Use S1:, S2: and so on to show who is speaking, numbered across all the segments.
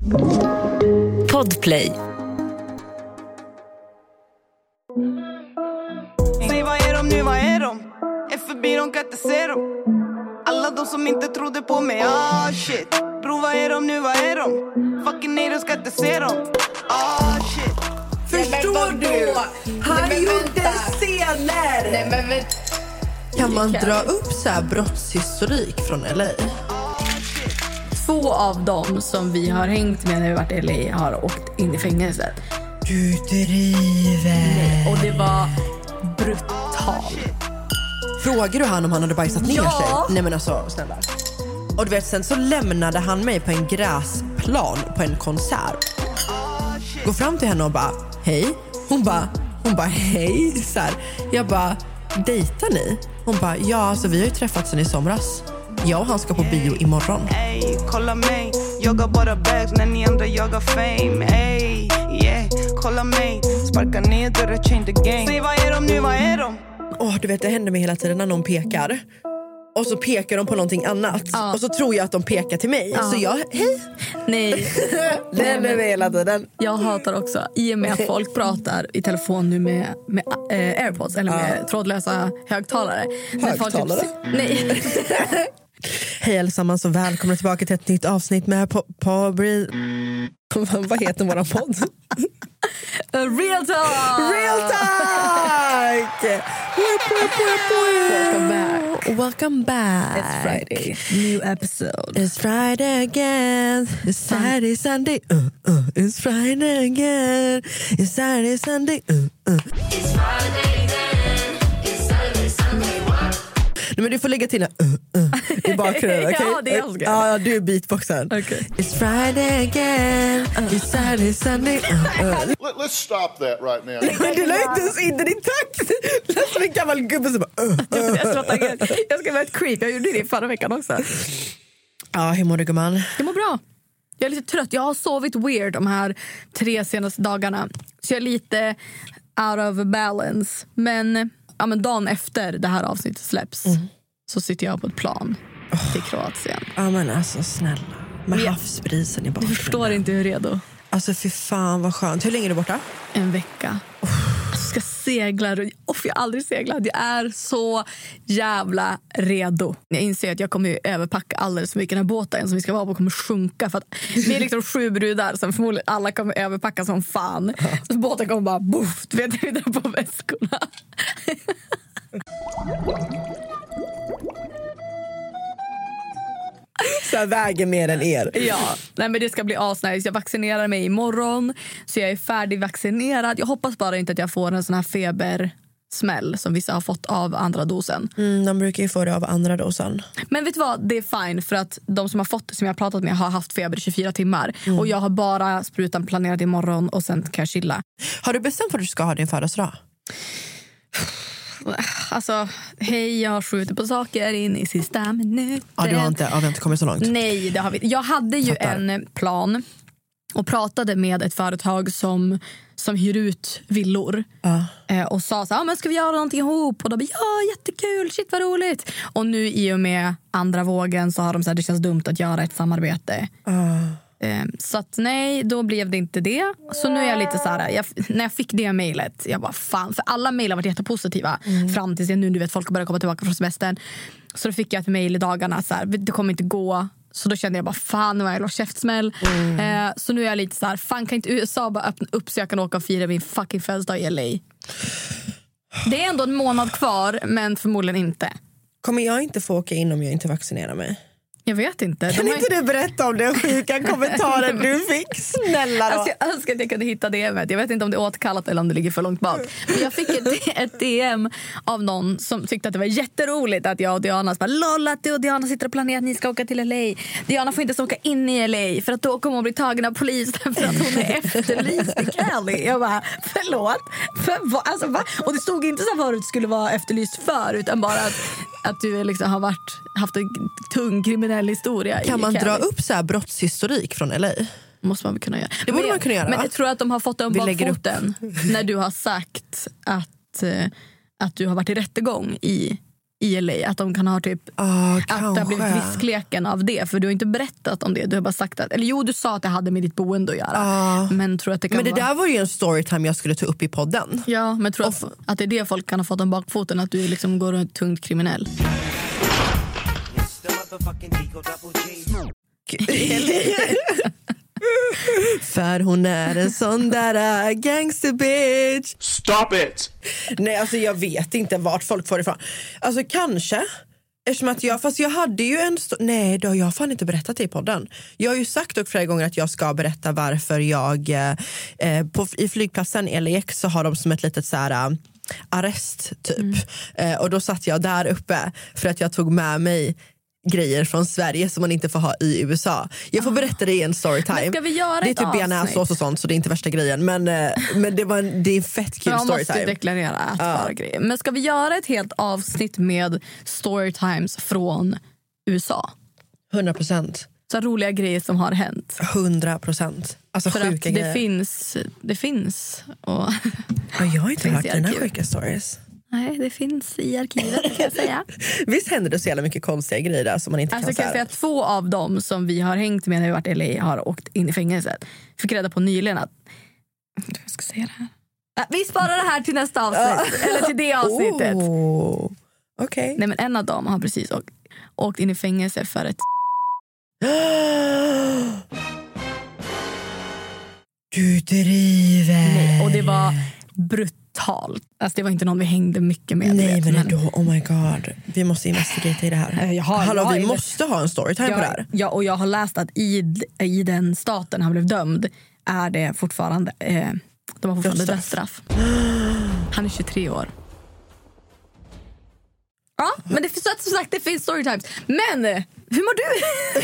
S1: Podplay.
S2: Säg vad är de nu, vad är de? Är förbi, de kan inte se dem. Alla de som inte trodde på mig, shit. Bro, vad är de nu, vad är de? Fucking haters ska inte se dem. Shit.
S3: Förstår du? Han gjorde scener.
S4: Nej, men
S3: kan man dra upp så här brottshistorik från LA?
S4: 2 av dem som vi har hängt med när vi varit i LA har åkt in i fängelset.
S3: Du driver.
S4: Och det var brutalt.
S3: Frågar du han om han hade bajsat ner sig? Nej men alltså, snälla. Och du vet, sen så lämnade han mig på en gräsplan på en konsert. Går fram till henne och bara, hej. Hon bara hej. Så här. Jag bara, dejtar ni? Hon bara, ja alltså vi har ju träffats sen i somras. Jag och han ska på bio imorgon.
S2: Ey, kolla mig. Jag har bara bags när ni andra jagar fame. Ey, yeah, kolla mig. Sparka ner dörren, change the game. Säg vad är de nu, vad är de?
S3: Du vet, det händer mig hela tiden när någon pekar. Och så pekar de på någonting annat. Och så tror jag att de pekar till mig. Så jag, hej.
S4: Nej.
S3: Det händer mig hela tiden.
S4: Jag hatar också, i och med att folk pratar i telefon nu med AirPods eller med trådlösa högtalare.
S3: Högtalare?
S4: Nej.
S3: Hej allesammans och välkomna tillbaka till ett nytt avsnitt med vad heter våran podd?
S4: Real Talk!
S3: Real Talk!
S4: Welcome back.
S3: Welcome back.
S4: It's Friday. New episode.
S3: It's Friday again. It's Saturday, Sunday. It's Friday again. It's Saturday, Sunday.
S5: It's Friday again. It's Saturday, Sunday.
S3: Nej, men du får lägga till i bakgrunden, okej?
S4: Ja, det älskar jag.
S3: Ja, du är beatboxen.
S4: Okay.
S3: It's Friday again. It's Saturday, Sunday.
S6: Let's stop that right now.
S3: Men du la inte ens in den i takt. Det är som en gammal gubbe som bara...
S4: Jag ska vara ett creep. Jag gjorde det förra veckan också.
S3: Ja, hur mår du, gumman?
S4: Jag mår bra. Jag är lite trött. Jag har sovit weird de här 3 senaste dagarna. Så jag är lite out of balance. Men dagen efter det här avsnittet släpps så sitter jag på ett plan till Kroatien.
S3: Ja, men alltså snälla. Med havsbrisen i bakgrunden.
S4: Du förstår inte hur redo.
S3: Alltså fy fan vad skönt. Hur länge är du borta?
S4: En vecka. Alltså, ska segla. Jag har aldrig seglat. Jag är så jävla redo. Jag inser att jag kommer ju överpacka alldeles för mycket. Den här båten som vi ska vara på kommer sjunka. För att vi är liksom 7 brudar som förmodligen alla kommer överpacka som fan. Så båten kommer bara boff. Du vet, vi drar på väskorna.
S3: Så här väger mer än er.
S4: Ja, nej, men det ska bli asnice. Jag vaccinerar mig imorgon. Så jag är färdigvaccinerad. Jag hoppas bara inte att jag får en sån här febersmäll som vissa har fått av andra dosen.
S3: De brukar ju få det av andra dosen.
S4: Men vet du vad, det är fine. För att de som har fått det, som jag har pratat med, har haft feber i 24 timmar. Och jag har bara sprutan planerad imorgon. Och sen kan jag chilla.
S3: Har du bestämt för att du ska ha din födelsedag?
S4: Alltså, hej, jag har skjutit på saker in i sista minuten.
S3: Ja, vi har inte kommit så långt.
S4: Nej, det har vi. Jag hade ju en plan och pratade med ett företag som hyr ut villor. Och sa så här, men ska vi göra någonting ihop? Och de bara, ja, jättekul, shit vad roligt. Och nu i och med andra vågen så har de så här, det känns dumt att göra ett samarbete. Så att nej, då blev det inte det. Så nu är jag lite så här, när jag fick det mejlet, jag bara fan, för alla mejl har varit jättepositiva fram tills nu, du vet, folk börjar komma tillbaka från semestern. Så då fick jag ett mejl i dagarna så här, det kommer inte gå. Så då kände jag bara, fan, nu var jag en käftsmäll. Så nu är jag lite så här, fan, kan inte USA bara öppna upp så jag kan åka och fira min fucking födelsedag i LA? Det är ändå en månad kvar, men förmodligen inte.
S3: Kommer jag inte få åka in om jag inte vaccinerar mig?
S4: Jag vet inte.
S3: Kan inte du berätta om den sjuka kommentaren du fick? Snälla då.
S4: Alltså, jag önskar att jag kunde hitta DM:et. Jag vet inte om det är återkallat eller om det ligger för långt bak. Men jag fick ett DM av någon som tyckte att det var jätteroligt att jag och Diana bara, lol, att du och Diana sitter och planerar att ni ska åka till LA. Diana får inte ens åka in i LA för att då kommer hon bli tagen av polisen för att hon är efterlyst i Cali. Jag bara, förlåt? Alltså, va? Och det stod inte så förut skulle vara efterlyst för, utan bara att du liksom har haft en tung kriminell historia.
S3: Kan man dra upp så här brottshistorik från LA?
S4: Måste man kunna göra.
S3: Det borde man kunna göra.
S4: Men jag tror att de har fått en bakfoten när du har sagt att du har varit i rättegång i i LA. Att de kan ha typ att det har blivit viskleken av det. För du har inte berättat om det. Du har bara sagt att, eller jo, du sa att det hade med ditt boende att göra. Men tror att det kan
S3: där var ju en storytime jag skulle ta upp i podden.
S4: Ja, men tror att det är det folk kan ha fått om bakfoten. Att du liksom går runt tungt kriminell.
S3: För hon är en sån där gangster bitch.
S6: Stop it!
S3: Nej, alltså jag vet inte vart folk får det ifrån. Alltså kanske. Eftersom att jag hade ju nej, då har jag fan inte berättat det i podden. Jag har ju sagt också flera gånger att jag ska berätta varför jag i flygplatsen i LAX så har de som ett litet så här arrest typ. Och då satt jag där uppe för att jag tog med mig grejer från Sverige som man inte får ha i USA. Jag får berätta det i en storytime.
S4: Men ska vi göra
S3: det är typ bearnaisesås och sånt, så det är inte värsta grejen. Men det är en fett kul storytime.
S4: Jag måste deklarera att vara grejer. Men ska vi göra ett helt avsnitt med storytimes från USA?
S3: 100%.
S4: Så roliga grejer som har hänt.
S3: 100%. Alltså
S4: för
S3: sjuka grejer.
S4: Det finns. Och
S3: jag har inte hört dina sjuka stories.
S4: Nej, det finns i arkivet kan jag säga.
S3: Visst händer det så jävla mycket konstiga grejer där som man inte kan säga.
S4: Jag kan säga 2 av dem som vi har hängt med när vi varit i LA har åkt in i fängelset. Fick reda på nyligen att... Jag ska säga det här. Vi sparar det här till nästa avsnitt. Eller till det avsnittet.
S3: Okej.
S4: Nej, men en av dem har precis åkt in i fängelse för ett...
S3: Du driver.
S4: Nej, och det var brutalt. Alltså det var inte någon vi hängde mycket med.
S3: Nej, men då, oh my god. Vi måste investigera i det här. Vi måste ha en storytime på det här.
S4: Ja, och jag har läst att i den staten han blev dömd är det fortfarande de har fortfarande dödsstraff. Han är 23 år. Ja, men det finns som sagt, det finns storytimes. Men hur mår du?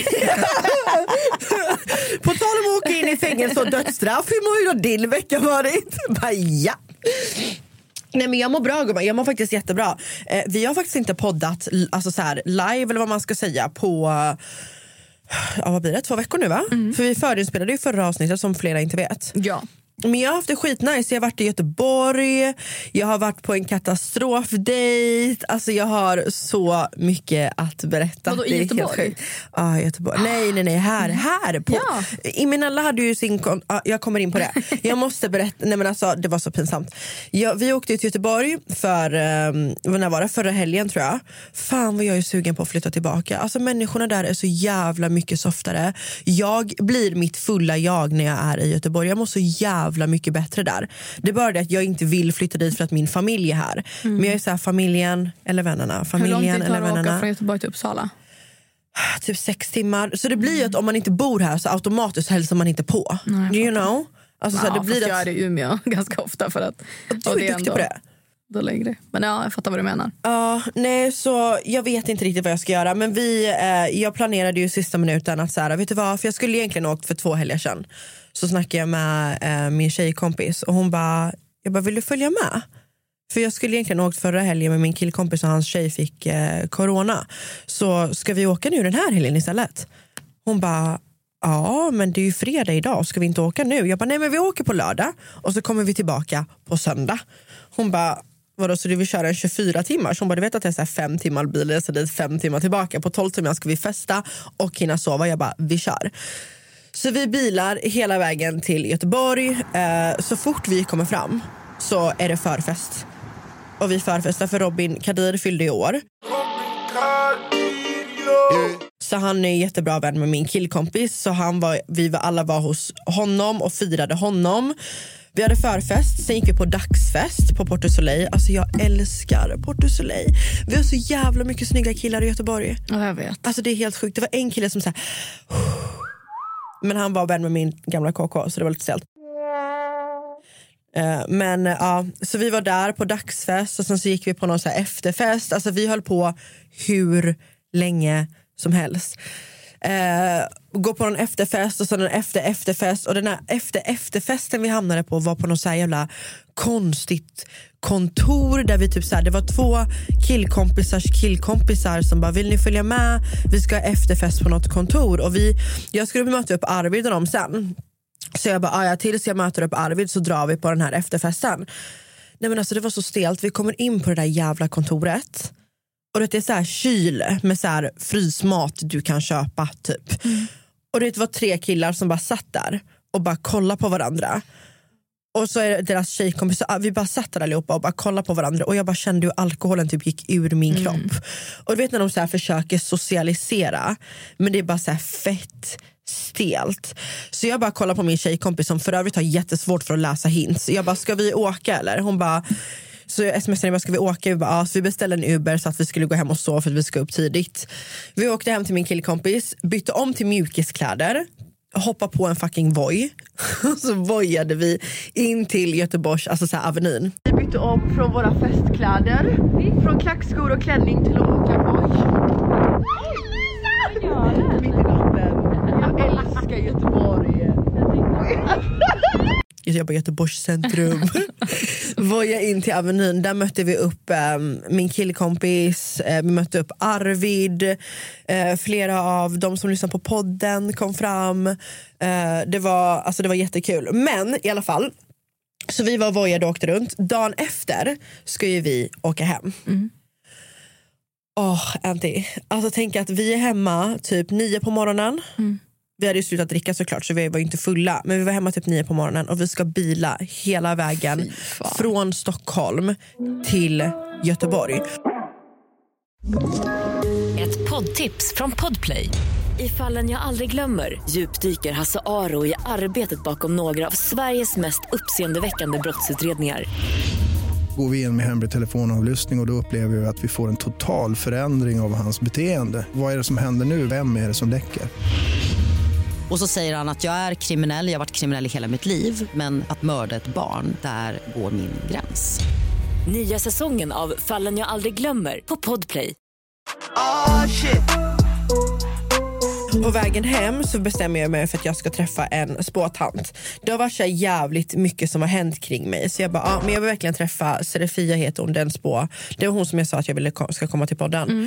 S3: På tal om att åka in i fängelse och dödsstraff, hur mår då din vecka varit? Ja. Nej, men jag mår bra, gumman. Jag mår faktiskt jättebra. Vi har faktiskt inte poddat alltså så här, live eller vad man ska säga på vad blir det? 2 veckor nu, va? För vi förinspelade ju förra avsnittet som flera inte vet.
S4: Ja.
S3: Men jag har haft det skitnice. Jag har varit i Göteborg. Jag har varit på en katastrofdate. Alltså jag har så mycket att berätta.
S4: Vadå, i Göteborg?
S3: Ja, Göteborg. Nej. Här på.
S4: Ja.
S3: Imenalla hade ju sin... jag kommer in på det. Jag måste berätta. Nej, men alltså, det var så pinsamt. Vi åkte till Göteborg för... när var det? Förra helgen, tror jag. Fan vad jag är sugen på att flytta tillbaka. Alltså människorna där är så jävla mycket softare. Jag blir mitt fulla jag när jag är i Göteborg. Jag mår så jävla mycket bättre där. Det är bara det att jag inte vill flytta dit för att min familj är här. Men jag är så här, familjen eller vännerna. Familjen
S4: hur lång tid tar
S3: eller
S4: det att
S3: vännerna.
S4: åka från Göteborg till Uppsala?
S3: Typ 6 timmar. Så det blir ju att om man inte bor här så automatiskt hälsar man inte på.
S4: Nej,
S3: you know? Alltså, så här, det blir
S4: jag är i Umeå ganska ofta för att...
S3: Du är duktig på det.
S4: Då längre. Men ja, jag fattar vad du menar.
S3: Nej, så jag vet inte riktigt vad jag ska göra. Men jag planerade ju sista minuten att så här, vet du vad? För jag skulle egentligen åkt för 2 helger sedan. Så snackade jag med min tjejkompis och hon bara, vill du följa med? För jag skulle egentligen åkt förra helgen med min killkompis och hans tjej fick corona. Så ska vi åka nu den här helgen istället? Hon bara, ja men det är ju fredag idag, ska vi inte åka nu? Jag bara, nej men vi åker på lördag och så kommer vi tillbaka på söndag. Hon bara, vadå, så du vill köra en 24 timmar? Så hon bara, du vet att det är så här 5 timmar bil, så det är 5 timmar tillbaka. På 12 timmar ska vi festa och hinna sova. Jag bara, vi kör. Så vi bilar hela vägen till Göteborg. Så fort vi kommer fram så är det förfest. Och vi förfestar för Robin Kadir fyllde i år. Så han är jättebra vän med min killkompis. Så alla var hos honom och firade honom. Vi hade förfest, sen gick vi på dagsfest på Porto Soleil. Alltså jag älskar Porto Soleil. Vi har så jävla mycket snygga killar i Göteborg.
S4: Ja, jag vet.
S3: Alltså det är helt sjukt. Det var en kille som så här, men han var vän med min gamla KK, så det var lite stelt. Men ja, så vi var där på dagsfest och sen så gick vi på någon så här efterfest. Alltså vi höll på hur länge som helst. Gå på någon efterfest och så en efterfest. Och den här efterfesten vi hamnade på var på något så här jävla konstigt kontor där vi typ så här, det var 2 killkompisar som bara, vill ni följa med? Vi ska ha efterfest på något kontor. Och jag skulle möta upp Arvid och dem sen. Så jag bara, tills jag möter upp Arvid så drar vi på den här efterfesten. Nej men alltså det var så stelt. Vi kommer in på det där jävla kontoret. Och det är så här kyl med så här frysmat du kan köpa typ. Och det var 3 killar som bara satt där och bara kollade på varandra. Och så är det deras tjejkompisar, vi bara satt där allihopa och bara kollade på varandra. Och jag bara kände hur alkoholen typ gick ur min kropp. Och du vet när de så här försöker socialisera, men det är bara så här fett stelt. Så jag bara kollar på min tjejkompis som för övrigt har jättesvårt för att läsa hints. Jag bara, ska vi åka eller? Hon bara, så jag smsade bara, ska vi åka? Vi bara, så vi beställde en Uber så att vi skulle gå hem och sova för att vi ska upp tidigt. Vi åkte hem till min killkompis, bytte om till mjukiskläder, hoppa på en fucking Voi. Så vojade vi in till Göteborgs, alltså så här Avenyn. Vi bytte om från våra festkläder, från klackskor och klänning till att åka Voi. Mitt i natten. Jag älskar Göteborg. Jag jobbar i Göteborgs centrum. Voja in till Avenyn. Där mötte vi upp min killkompis. Vi mötte upp Arvid. Flera av de som lyssnar på podden kom fram. Det var jättekul. Men i alla fall, så vi var vojade och åkte runt. Dagen efter ska ju vi åka hem. Anty. Alltså tänk att vi är hemma typ 9 på morgonen. Vi hade ju slutat dricka såklart, så vi var inte fulla. Men vi var hemma typ 9 på morgonen och vi ska bila hela vägen från Stockholm till Göteborg.
S1: Ett poddtips från Podplay. I Fallen jag aldrig glömmer djupdyker Hasse Aro i arbetet bakom några av Sveriges mest uppseendeväckande brottsutredningar.
S7: Går vi in med hemlig telefonavlyssning och då upplever vi att vi får en total förändring av hans beteende. Vad är det som händer nu? Vem är det som läcker?
S8: Och så säger han att jag är kriminell, jag har varit kriminell i hela mitt liv. Men att mörda ett barn, där går min gräns.
S1: Nya säsongen av Fallen jag aldrig glömmer på Podplay.
S3: På vägen hem så bestämmer jag mig för att jag ska träffa en spåtant. Det har varit så jävligt mycket som har hänt kring mig. Så jag bara, men jag vill verkligen träffa Serafia, heter hon, den spå. Det var hon som jag sa att jag ska komma till podden.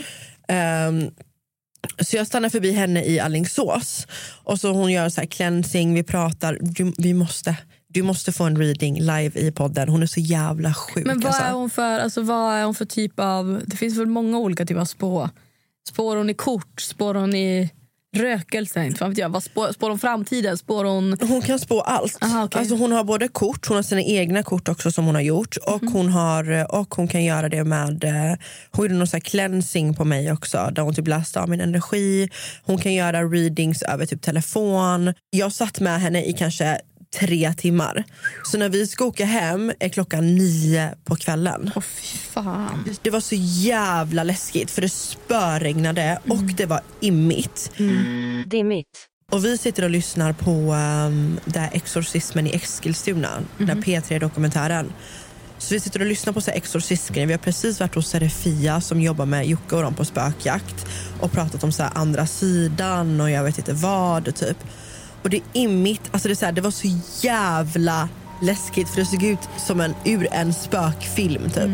S3: Så jag stannar förbi henne i Alingsås. Och så hon gör så här cleansing, vi pratar. Du måste få en reading live i podden. Hon är så jävla sjuk.
S4: Men vad är hon för typ av... Det finns väl många olika typer av spå. Spår hon i kort? Spår hon i rökelse? Inte vet jag. Vad spår hon framtiden? Spår hon...
S3: Hon kan spå allt.
S4: Aha, okay.
S3: Alltså hon har både kort, hon har sina egna kort också som hon har gjort. Och hon kan göra det med... Hon gjorde någon sån här cleansing på mig också. Där hon typ läste av min energi. Hon kan göra readings över typ telefon. Jag satt med henne i kanske 3 timmar. Så när vi ska åka hem är klockan 9 på kvällen.
S4: Fy fan.
S3: Det var så jävla läskigt för det spöregnade och det var immigt.
S1: Dimmigt.
S3: Och vi sitter och lyssnar på där exorcismen i Eskilstuna, den P3-dokumentären. Så vi sitter och lyssnar på så här exorcismen. Vi har precis varit hos Serafia som jobbar med Jocke och dem på spökjakt och pratat om så här andra sidan och jag vet inte vad typ. Och det är immigt, alltså det är så här, det var så jävla läskigt för det såg ut som ur en spökfilm typ.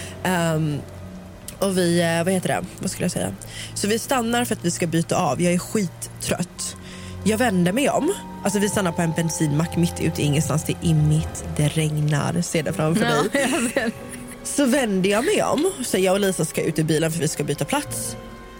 S3: Och vi, vad skulle jag säga? Så vi stannar för att vi ska byta av. Jag är skittrött. Jag vänder mig om. Alltså vi stannar på en bensinmack mitt ute i ingenstans. Det är immigt, det regnar. Ser det framför dig? Så vänder jag mig om. Så jag och Lisa ska ut i bilen för vi ska byta plats.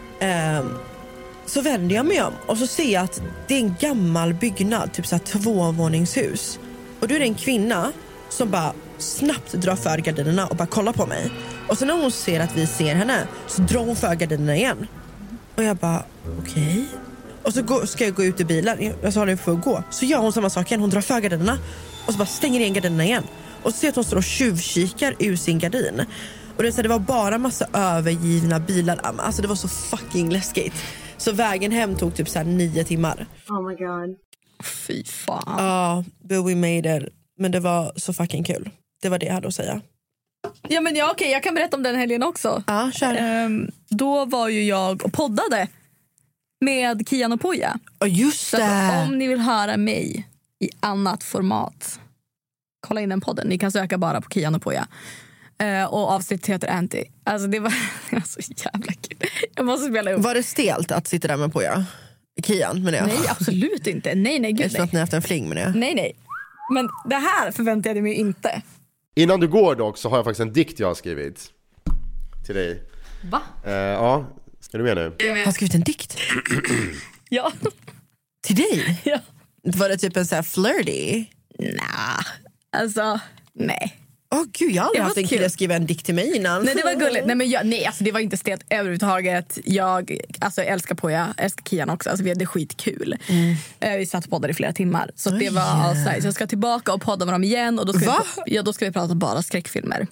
S3: Så vänder jag mig om och så ser jag att det är en gammal byggnad, typ så här 2-våningshus. Och då är det en kvinna som bara snabbt drar för gardinerna och bara kollar på mig. Och så när hon ser att vi ser henne så drar hon för gardinerna igen. Och jag bara, okej. Och så ska jag gå ut i bilen, jag håller på att gå. Så gör hon samma sak igen, hon drar för gardinerna och så bara stänger igen gardinerna igen. Och så ser jag att hon står och tjuvkikar ur sin gardin. Och det var bara massa övergivna bilar. Alltså det var så fucking läskigt. Så vägen hem tog typ så här 9 timmar.
S9: Oh my god.
S4: Fy fan.
S3: Ja, but we made it. Men det var så fucking kul. Det var det jag hade att säga.
S4: Ja men okej, jag kan berätta om den helgen också.
S3: Ja, kör.
S4: Då var ju jag och poddade med Kian och Poja.
S3: Ja, just det.
S4: Så om ni vill höra mig i annat format, kolla in den podden. Ni kan söka bara på Kian och Poja. Och avsnitt heter Anty. Alltså det var så jävla kul. Jag måste spela upp.
S3: Var det stelt att sitta där med Poja? Kian, men jag.
S4: Nej, absolut inte. Nej, gud,
S3: jag tror att ni har haft en fling med det.
S4: Nej. Men det här förväntade jag mig inte.
S10: Innan du går dock så har jag faktiskt en dikt jag har skrivit till dig.
S4: Va?
S9: Ja, ska du med nu?
S3: Han har skrivit en dikt.
S4: Ja.
S3: Till dig?
S4: Ja.
S3: Var det typ en så här flirty?
S4: Nah, alltså, nej.
S3: Gud, jag har aldrig
S4: Det var
S3: haft en
S4: kul.
S3: kille skriva en dikt till mig innan.
S4: Nej, det var gulligt. Nej, alltså, det var inte stelt överhuvudtaget. Jag älskar Poja, älskar Kian också. Alltså, vi hade skitkul. Vi satt och poddade i flera timmar. Så det var nice. Jag ska tillbaka och podda med dem igen. Och då ska vi prata bara skräckfilmer.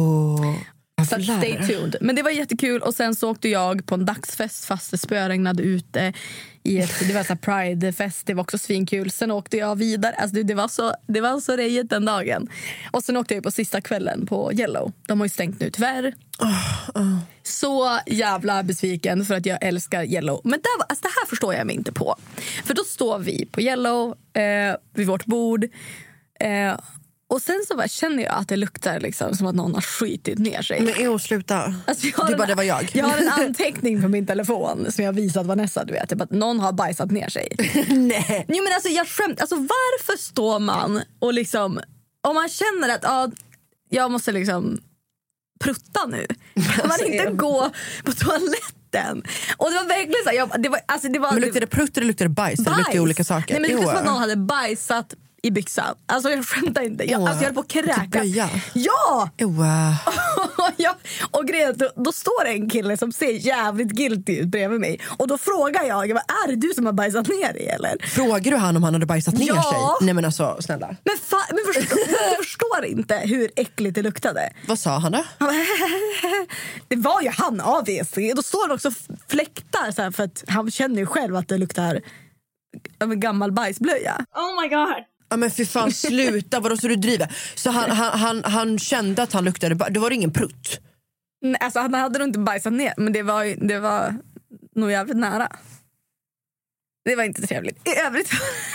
S4: Så stay tuned. Men det var jättekul. Och sen så åkte jag på en dagsfest fast det spöregnade ute det var så här Pride-fest. Det var också svinkul. Sen åkte jag vidare. Alltså det var så rejigt den dagen. Och sen åkte jag på sista kvällen på Yellow. De har ju stängt nu tyvärr. Så jävla besviken för att jag älskar Yellow. Men det här förstår jag mig inte på. För då står vi på Yellow vid vårt bord. Och sen så bara känner jag att det luktar liksom som att någon har skitit ner sig.
S3: Men sluta.
S4: Alltså
S3: det var jag.
S4: Jag har en anteckning på min telefon som jag visat Vanessa, du vet, typ att någon har bajsat ner sig.
S3: Nej.
S4: Jo, men alltså jag skämt. Alltså varför står man och liksom, om man känner att jag måste liksom prutta nu. Kan man inte gå på toaletten? Och det var verkligen så här,
S3: men luktade det prutt eller luktade bajs? Det luktade olika saker.
S4: Nej, men det luktade som att någon hade bajsat i byxan. Alltså jag skämtar inte. Jag höll på att kräka. Ja! Ja! Och grejen, då står det en kille som ser jävligt guilty ut bredvid mig. Och då frågar jag, är det du som har bajsat ner dig eller?
S3: Frågar du han om han hade bajsat ner sig? Nej men alltså, snälla.
S4: Men jag förstår inte hur äckligt det luktade.
S3: Vad sa han då?
S4: Det var ju han AVC. Då står det också fläktar så här, för att han känner ju själv att det luktar av en gammal bajsblöja. Oh my god.
S3: Ja men fy fan, sluta, vadå så du driver? Så han kände att han luktade, det var ingen prutt?
S4: Nej, alltså han hade nog inte bajsat ner, men det var nog jävligt nära. Det var inte trevligt. I övrigt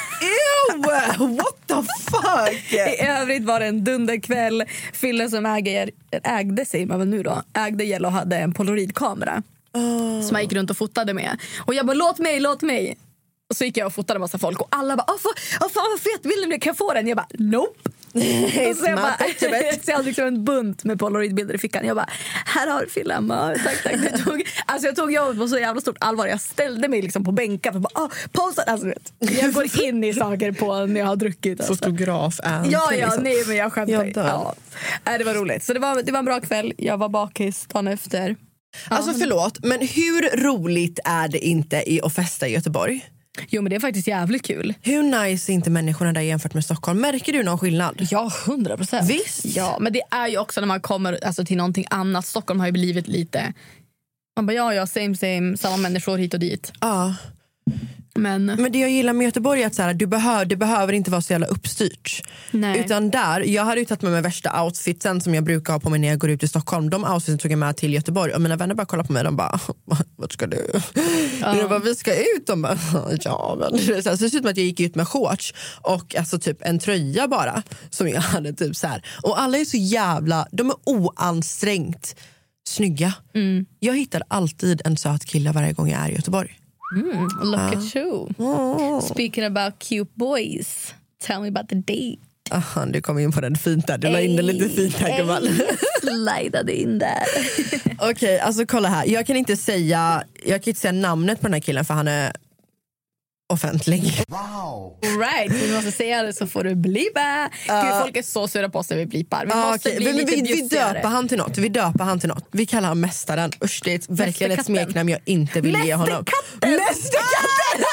S3: what the fuck?
S4: I övrigt var det en dunderkväll. Fille som ägde sig man väl nu då, ägde Yellow hade en polaroidkamera som jag gick runt och fotade med. Och jag bara, låt mig. Och så gick jag och fotade en massa folk och alla bara, fan vad fet, vill ni, kan jag få den? Jag bara, nope. Och så jag hade liksom en bunt med polaroidbilder i fickan. Jag bara, här har du filmen. Tack. Jag tog jobbet på så jävla stort allvar. Jag ställde mig liksom på bänken för bara, pausa. Alltså, vet, jag går in i saker på när jag har druckit. Alltså.
S3: Fotograf
S4: liksom. Nej men jag skämtar. Det var roligt. Så det var en bra kväll. Jag var bakis dagen efter.
S3: Alltså förlåt, men hur roligt är det inte att festa i Göteborg?
S4: Jo men det är faktiskt jävligt kul.
S3: Hur nice är inte människorna där jämfört med Stockholm? Märker du någon skillnad?
S4: Ja, 100%.
S3: Visst?
S4: Ja, men det är ju också när man kommer alltså, till någonting annat. Stockholm har ju blivit lite, man bara same, samma människor hit och dit.
S3: Ja.
S4: Men
S3: det jag gillar med Göteborg är att så här, det behöver inte vara så jävla uppstyrt.
S4: Nej.
S3: Utan jag hade ju tagit med mig värsta outfitsen som jag brukar ha på mig när jag går ut i Stockholm. De outfitsen tog jag med till Göteborg och mina vänner bara kollar på mig. De bara, vart ska du? Jag bara, vi ska ut. De bara, ja men så det ser ut som att jag gick ut med shorts och alltså typ en tröja bara som jag hade typ så här. Och alla är så jävla, de är oansträngt snygga. Jag hittar alltid en söt kille varje gång jag är i Göteborg.
S4: Look at you. Speaking about cute boys, tell me about the date.
S3: Aha, du kom in på den fint där. Du la in den lite fint här, gumman.
S4: Slidade in där.
S3: Okej, alltså kolla här. Jag kan inte säga namnet på den här killen för han är offentlig.
S9: Wow.
S4: Right, vi måste säga det så får du blipa. Gud, folk är så sura på oss när vi blipar. Vi måste bli lite bjussigare.
S3: Vi döper han till något. Vi kallar han Mästaren. Usch, det är verkligen ett smeknamn jag inte vill ge honom. Mästerkatten!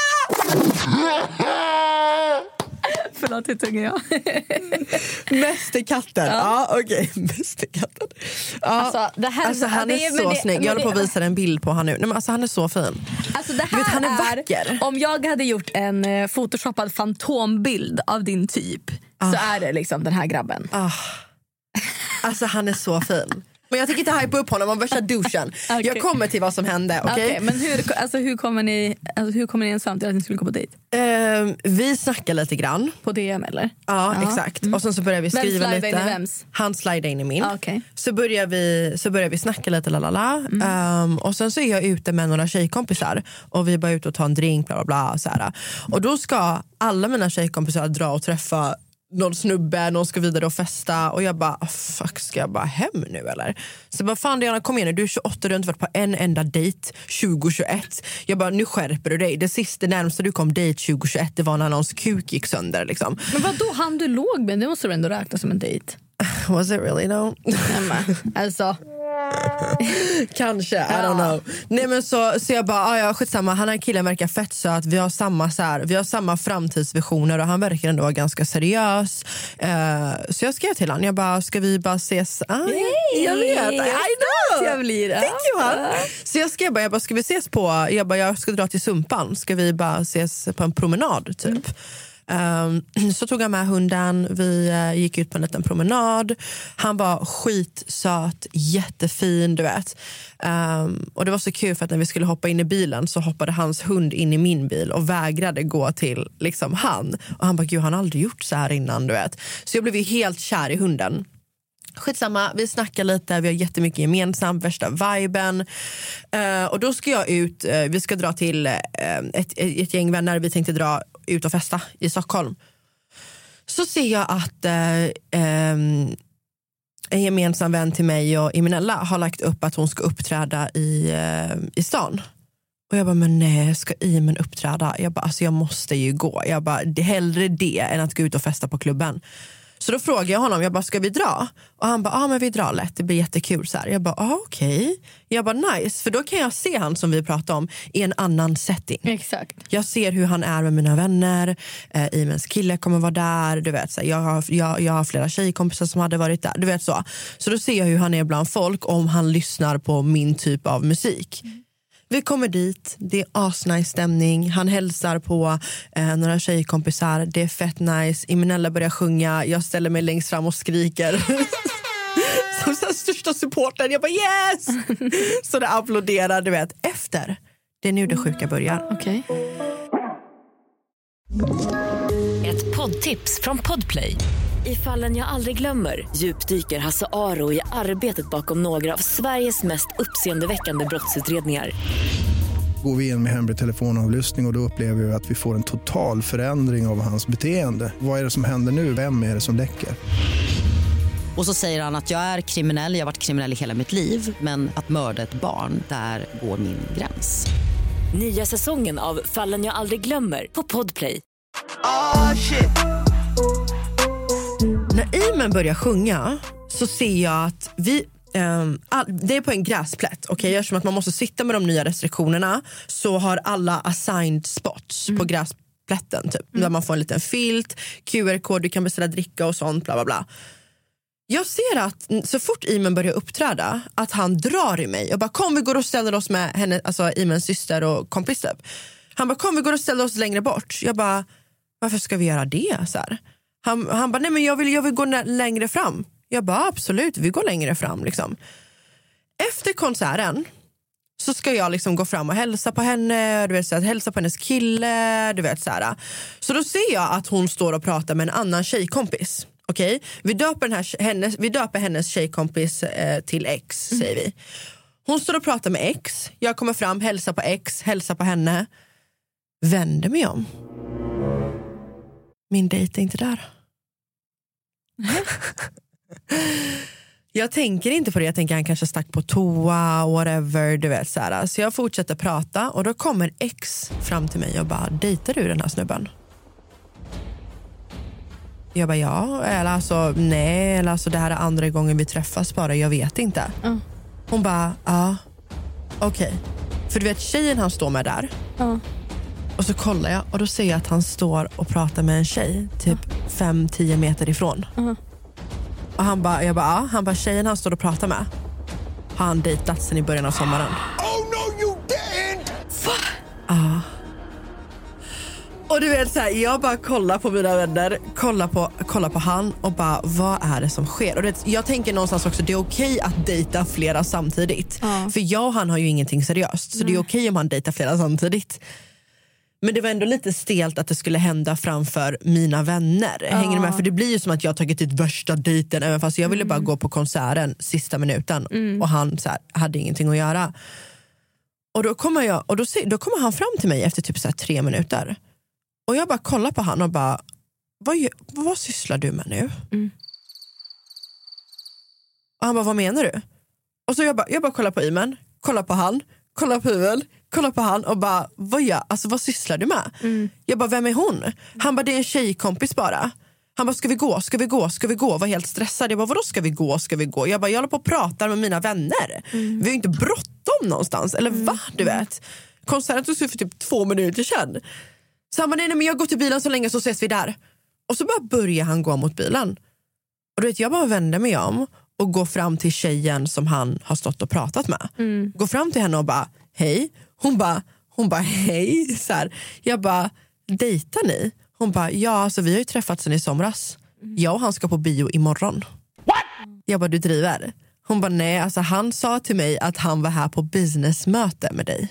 S4: Förlåt, hur tunga jag.
S3: Mästerkatten. Ja, okej. Mästerkatten. Ja. Alltså, han är så snygg. Jag håller på att visa en bild på han nu. Nej, men alltså, han är så fin.
S4: Alltså, det här
S3: han är vacker.
S4: Om jag hade gjort en photoshoppad fantombild av din typ så är det liksom den här grabben.
S3: Alltså han är så fin. Men jag tycker inte hypa upp honom om värsta douchen. Okay. Jag kommer till vad som hände, okej?
S4: Okay, men hur kommer ni ens fram till att ni skulle gå på dejt?
S3: Vi snackar lite grann.
S4: På DM eller?
S3: Ja, exakt. Och sen så börjar vi skriva lite.
S4: In i vems?
S3: Han slidar in i min.
S4: Okay.
S3: Så börjar vi snacka lite och sen så är jag ute med några tjejkompisar och vi bara ut och ta en drink bla bla bla så här. Och då ska alla mina tjejkompisar dra och träffa någon snubbe, någon ska vidare och festa. Och jag bara, fuck, ska jag bara hem nu eller? Så bara, fan Diana, kom igen nu, du är 28, du har inte varit på en enda dejt 2021. Jag bara, nu skärper du dig. Det närmaste du kom dejt 2021, det var när någons kuk gick sönder liksom.
S4: Men vadå, han du låg med, det måste du ändå räkna som en dejt.
S3: Was it really no?
S4: Alltså
S3: kanske, I don't know. Nej men så jag bara, ja skitsamma, han här killen verkar fett så att vi har samma framtidsvisioner och han verkar ändå vara ganska seriös. Så jag skrev till han, jag bara, ska vi bara ses? Jag vet, I know.
S4: Jag blir det.
S3: Thank you, han. Så jag skrev bara, ska vi ses på, jag ska dra till Sumpan, ska vi bara ses på en promenad typ. Så tog jag med hunden, vi gick ut på en liten promenad. Han var skitsöt, jättefin, du vet. Och det var så kul för att när vi skulle hoppa in i bilen så hoppade hans hund in i min bil och vägrade gå till liksom han. Och han bara, gud, han har aldrig gjort så här innan, du vet. Så jag blev ju helt kär i hunden. Skitsamma, vi snackar lite, vi har jättemycket gemensamt, värsta viben. Och då ska jag ut, vi ska dra till ett gäng vänner, vi tänkte dra ut och festa i Stockholm. Så ser jag att en gemensam vän till mig och Eminella har lagt upp att hon ska uppträda i stan. Och jag bara, men nej, ska Imen uppträda? Jag bara, alltså jag måste ju gå. Jag bara, det är hellre det än att gå ut och festa på klubben. Så då frågade jag honom, jag bara, ska vi dra? Och han bara, men vi drar lätt, det blir jättekul så här. Jag bara, okej. Jag bara, nice, för då kan jag se han som vi pratade om i en annan setting.
S4: Exakt.
S3: Jag ser hur han är med mina vänner, Imens kille kommer vara där, du vet så här, jag har flera tjejkompisar som hade varit där, du vet så. Så då ser jag hur han är bland folk om han lyssnar på min typ av musik. Vi kommer dit, det är asnice stämning. Han hälsar på några tjejkompisar. Det är fett nice. Imenella börjar sjunga. Jag ställer mig längst fram och skriker. Som så största supporten. Jag bara yes! Så det applåderar, du vet. Efter, det är nu det sjuka börjar.
S4: Okej.
S1: Ett poddtips från Podplay. I Fallen jag aldrig glömmer djupdyker Hasse Aro i arbetet bakom några av Sveriges mest uppseendeväckande brottsutredningar.
S7: Går vi in med hemlig telefonavlyssning och då upplever vi att vi får en total förändring av hans beteende. Vad är det som händer nu? Vem är det som läcker?
S8: Och så säger han att jag är kriminell, jag har varit kriminell i hela mitt liv. Men att mörda ett barn, där går min gräns.
S1: Nya säsongen av Fallen jag aldrig glömmer på Podplay.
S2: Shit.
S3: När Imen börjar sjunga så ser jag att det är på en gräsplätt. Okay? Eftersom att man måste sitta med de nya restriktionerna så har alla assigned spots på gräsplätten typ. Där man får en liten filt, QR-kod, du kan beställa dricka och sånt, bla bla bla. Jag ser att så fort Imen börjar uppträda att han drar i mig och bara, kom vi går och ställer oss med henne, alltså Imens syster och kompis typ. Han bara, kom vi går och ställer oss längre bort. Jag bara, varför ska vi göra det så här? Han bara, nej men jag vill gå längre fram. Jag bara, absolut, vi går längre fram liksom. Efter konserten så ska jag liksom gå fram och hälsa på henne, du vet så här, hälsa på hennes kille, du vet så här. Så då ser jag att hon står och pratar med en annan tjejkompis. Okej, vi döper hennes tjejkompis till X, säger vi. Hon står och pratar med X. Jag kommer fram, hälsar på X, hälsar på henne. Vänder mig om. Min dejt är inte där. Jag tänker inte på det. Jag tänker han kanske stack på toa, whatever, du vet så här. Så jag fortsätter prata och då kommer X fram till mig och bara, dejtar du den här snubben? Jag bara, ja, eller alltså nej, eller alltså det här är andra gången vi träffas bara, jag vet inte. Hon bara, ja, okej. För du vet, tjejen han står med där. Och så kollar jag och då ser jag att han står och pratar med en tjej typ 5-10 meter ifrån. Och han bara, tjejen han står och pratar med har han dejtat sen i början av sommaren.
S6: Oh no, you didn't!
S3: Och du vet så här, jag bara kollar på mina vänner, kollar på han och bara, vad är det som sker? Och det, jag tänker någonstans också, det är okej att dejta flera samtidigt. För jag och han har ju ingenting seriöst. Så det är okej om han dejtar flera samtidigt. Men det var ändå lite stelt att det skulle hända framför mina vänner. Hänger du med? För det blir ju som att jag har tagit ut värsta dejten, även fast jag ville bara gå på konserten sista minuten. Och han så här, hade ingenting att göra. Och då kommer han fram till mig efter typ så här 3 minuter. Och jag bara kollar på han och bara, vad sysslar du med nu? Och han bara, vad menar du? Och så jag bara kollar på Iman, kollar på han, kollar på Huvel, kollar på han och bara, vad sysslar du med? Jag bara, vem är hon? Han bara, det är en tjejkompis bara. Han bara, ska vi gå? Var helt stressad. Jag bara, vadå ska vi gå? Jag bara, jag håller på och pratar med mina vänner. Vi har ju inte bråttom någonstans. Eller va, du vet. Konserten tog slut för typ 2 minuter sedan. Så han bara, nej men jag går till bilen så länge så ses vi där. Och så bara börjar han gå mot bilen. Och du vet, jag bara vänder mig om och går fram till tjejen som han har stått och pratat med. Går fram till henne och bara, hej. Hon bara hej. Så här. Jag bara, dejtar ni? Hon bara, ja alltså vi har ju träffats sen i somras. Jag och han ska på bio imorgon. What? Jag bara, du driver? Hon bara, nej alltså han sa till mig att han var här på businessmöte med dig.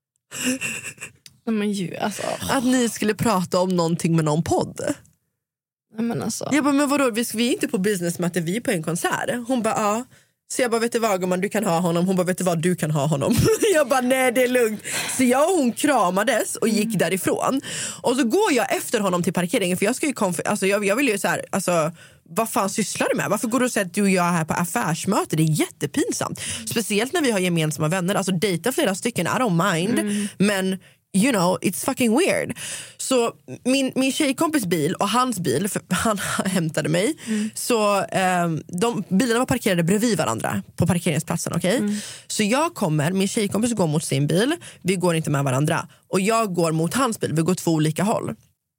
S4: Men ju, alltså.
S3: Att ni skulle prata om någonting med någon podd.
S4: Men alltså.
S3: Jag bara, men vadå, vi är inte på businessmöte, vi är på en konsert. Hon bara, ja. Så jag bara, vet du vad gumman, du kan ha honom. Hon bara, vet du vad, du kan ha honom. Jag bara, nej det är lugnt. Så jag och hon kramades och gick därifrån. Och så går jag efter honom till parkeringen. För jag ska ju jag vill ju så här, alltså, vad fan sysslar du med? Varför går du och säger att du och jag är här på affärsmöte? Det är jättepinsamt. Speciellt när vi har gemensamma vänner. Alltså dejta flera stycken, I don't mind. Men you know, it's fucking weird. Så min tjejkompis bil och hans bil, för han hämtade mig. Så bilarna var parkerade bredvid varandra på parkeringsplatsen, okej? Så jag kommer, min tjejkompis går mot sin bil, vi går inte med varandra. Och jag går mot hans bil, vi går 2 olika håll.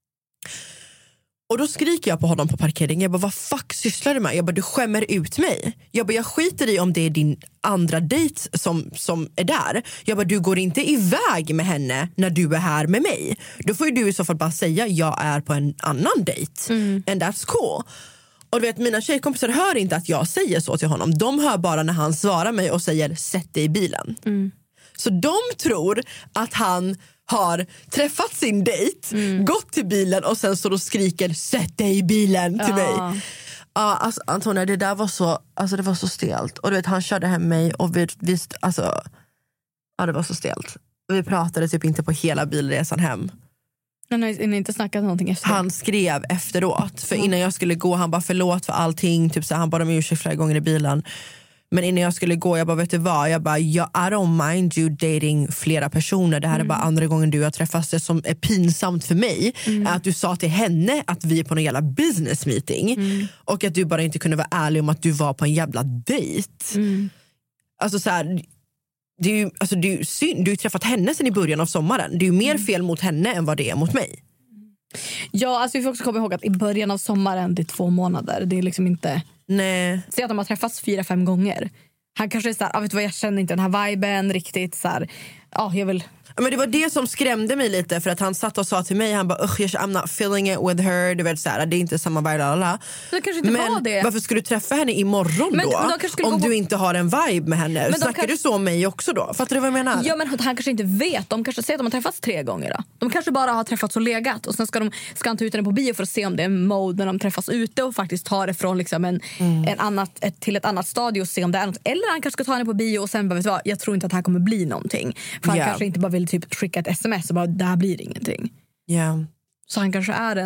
S3: Och då skriker jag på honom på parkeringen. Jag bara, vad fuck sysslar du med? Jag bara, du skämmer ut mig. Jag bara, jag skiter i om det är din andra dejt som är där. Jag bara, du går inte iväg med henne när du är här med mig. Då får ju du i så fall bara säga, jag är på en annan dejt. And that's cool. Och du vet, mina tjejkompisar hör inte att jag säger så till honom. De hör bara när han svarar mig och säger, sätt dig i bilen. Så de tror att han har träffat sin dejt, gått till bilen och sen står och skriker, sätt dig i bilen till mig. Alltså, Antonia, det där var så, alltså det var så stelt. Och du vet, han körde hem mig och vi alltså, det var så stelt. Vi pratade typ inte på hela bilresan hem.
S4: Ni inte snackat någonting efter? Han
S3: skrev efteråt. För innan jag skulle gå, han bara förlåt för allting. Typ så han bad om ursäkt flera gånger i bilen. Men innan jag skulle gå, jag bara, vet du vad? Jag bara, I don't mind you dating flera personer. Det här är bara andra gången du har träffats. Det som är pinsamt för mig är att du sa till henne att vi är på någon jävla business meeting. Och att du bara inte kunde vara ärlig om att du var på en jävla dejt. Alltså så här, det är ju synd. Du har ju träffat henne sen i början av sommaren. Det är ju mer fel mot henne än vad det är mot mig.
S4: Ja, alltså vi får också komma ihåg att i början av sommaren, det är 2 månader. Det är liksom inte...
S3: Nej.
S4: Säg att de har träffats 4-5 gånger. Han kanske är såhär, vet du vad, jag känner inte den här viben riktigt såhär. Jag vill...
S3: Men det var det som skrämde mig lite. För att han satt och sa till mig, han bara, I'm not feeling it with her. Du vet såhär, det är inte samma vibe, lalala.
S4: Det kanske inte var det.
S3: Varför skulle du träffa henne imorgon då? Om du inte har en vibe med henne. Men snackar du så om mig också då? Fattar du vad jag menar?
S4: Ja, men han kanske inte vet. De kanske säger att de har träffats 3 gånger då. De kanske bara har träffats och legat. Och sen ska han ta ut henne på bio för att se om det är en mode när de träffas ute. Och faktiskt ta det från liksom till ett annat stadie och se om det är något. Eller han kanske ska ta henne på bio och sen bara, vet du vad, jag tror inte att det här kommer bli någonting. För han kanske inte bara vill typ skicka ett sms och bara, det här blir ingenting. Så han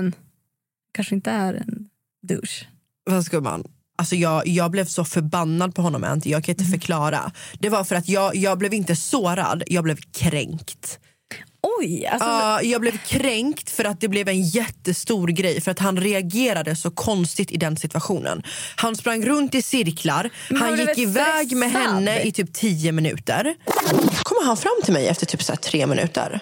S4: kanske inte är en douche.
S3: Vad ska man? Alltså jag blev så förbannad på honom, jag kan inte förklara. Det var för att jag blev inte sårad, jag blev kränkt.
S4: Oj, alltså...
S3: jag blev kränkt för att det blev en jättestor grej. För att han reagerade så konstigt i den situationen. Han sprang runt i cirklar. Han gick iväg med henne i typ 10 minuter. Kommer han fram till mig efter typ så här 3 minuter.